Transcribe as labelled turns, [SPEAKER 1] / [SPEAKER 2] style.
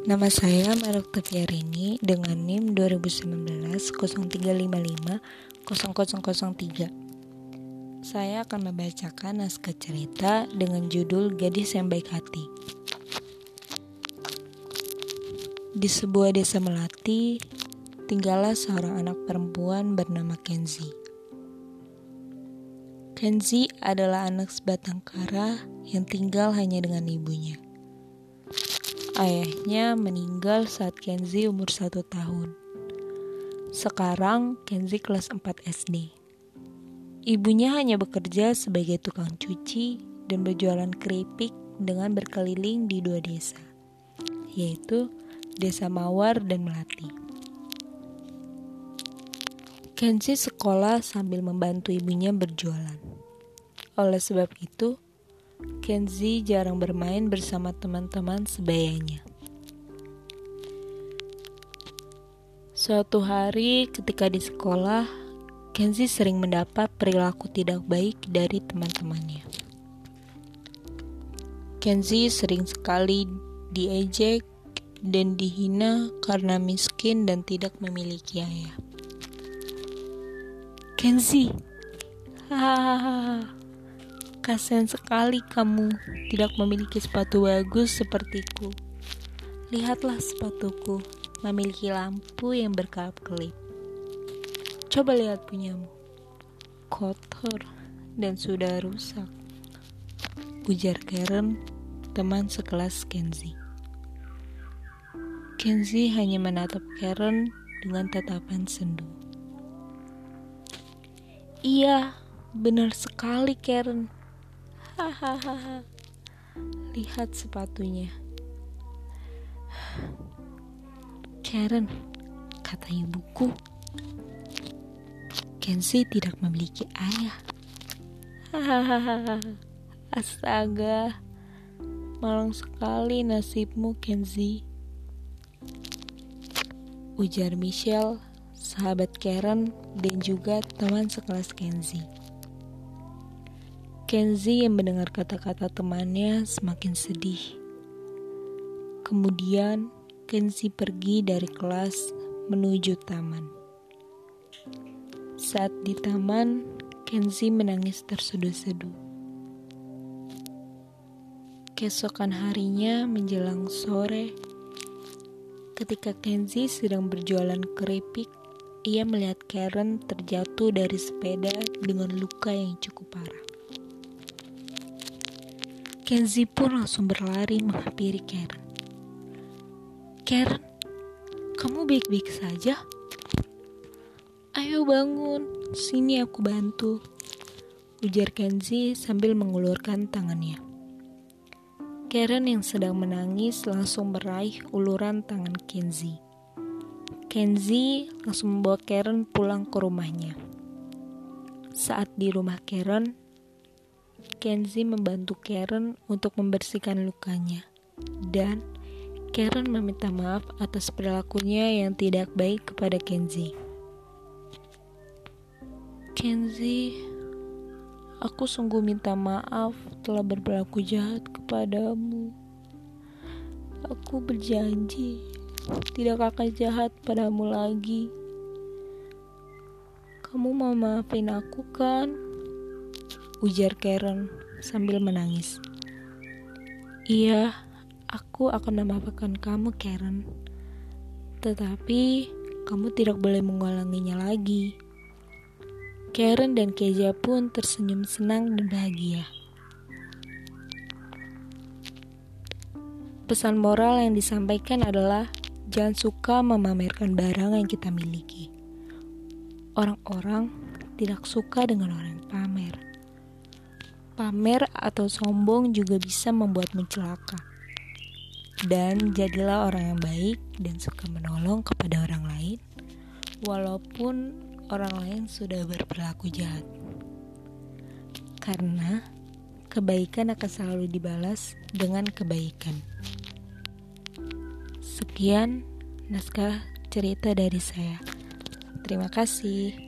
[SPEAKER 1] Nama saya Maruk Tetiarini dengan NIM 2019-0355-0003. Saya akan membacakan naskah cerita dengan judul Gadis yang Baik Hati. Di sebuah desa melati, tinggallah seorang anak perempuan bernama Kenzi. Kenzi adalah anak sebatang kara yang tinggal hanya dengan ibunya. Ayahnya meninggal saat Kenzi umur 1 tahun. Sekarang Kenzi kelas 4 SD. Ibunya hanya bekerja sebagai tukang cuci dan berjualan keripik dengan berkeliling di 2 desa, yaitu Desa Mawar dan Melati. Kenzi sekolah sambil membantu ibunya berjualan. Oleh sebab itu, Kenzi jarang bermain bersama teman-teman sebayanya. Suatu hari ketika di sekolah, Kenzi sering mendapat perilaku tidak baik dari teman-temannya. Kenzi sering sekali diejek dan dihina karena miskin dan tidak memiliki ayah. Kenzi, hahaha. Kasihan sekali kamu tidak memiliki sepatu bagus sepertiku. Lihatlah sepatuku, memiliki lampu yang berkelap-kelip. Coba lihat punyamu, kotor dan sudah rusak, ujar Karen, teman sekelas Kenzi. Kenzi hanya menatap Karen dengan tatapan sendu. Iya, benar sekali Karen. Hahaha. Lihat sepatunya. Karen, kata ibuku, Kenzi tidak memiliki ayah. Hahaha. Astaga, malang sekali nasibmu Kenzi, ujar Michelle, sahabat Karen dan juga teman sekelas Kenzi. Kenzi yang mendengar kata-kata temannya semakin sedih. Kemudian Kenzi pergi dari kelas menuju taman. Saat di taman, Kenzi menangis terseduh-seduh. Keesokan harinya menjelang sore, ketika Kenzi sedang berjualan keripik, ia melihat Karen terjatuh dari sepeda dengan luka yang cukup parah. Kenzi pun langsung berlari menghampiri Karen. Karen, kamu baik-baik saja? Ayo bangun, sini aku bantu, ujar Kenzi sambil mengulurkan tangannya. Karen yang sedang menangis langsung meraih uluran tangan Kenzi. Kenzi langsung membawa Karen pulang ke rumahnya. Saat di rumah Karen, Kenzi membantu Karen untuk membersihkan lukanya, dan Karen meminta maaf atas perilakunya yang tidak baik kepada Kenzi. Kenzi, aku sungguh minta maaf telah berperilaku jahat kepadamu. Aku berjanji tidak akan jahat padamu lagi. Kamu mau maafin aku kan? Ujar Karen sambil menangis. Iya, aku akan memaafkan kamu Karen. Tetapi kamu tidak boleh mengulanginya lagi. Karen dan Keja pun tersenyum senang dan bahagia. Pesan moral yang disampaikan adalah jangan suka memamerkan barang yang kita miliki. Orang-orang tidak suka dengan orang yang pamer. Pamer atau sombong juga bisa membuatmu celaka. Dan jadilah orang yang baik dan suka menolong kepada orang lain, walaupun orang lain sudah berperilaku jahat. Karena kebaikan akan selalu dibalas dengan kebaikan. Sekian naskah cerita dari saya. Terima kasih.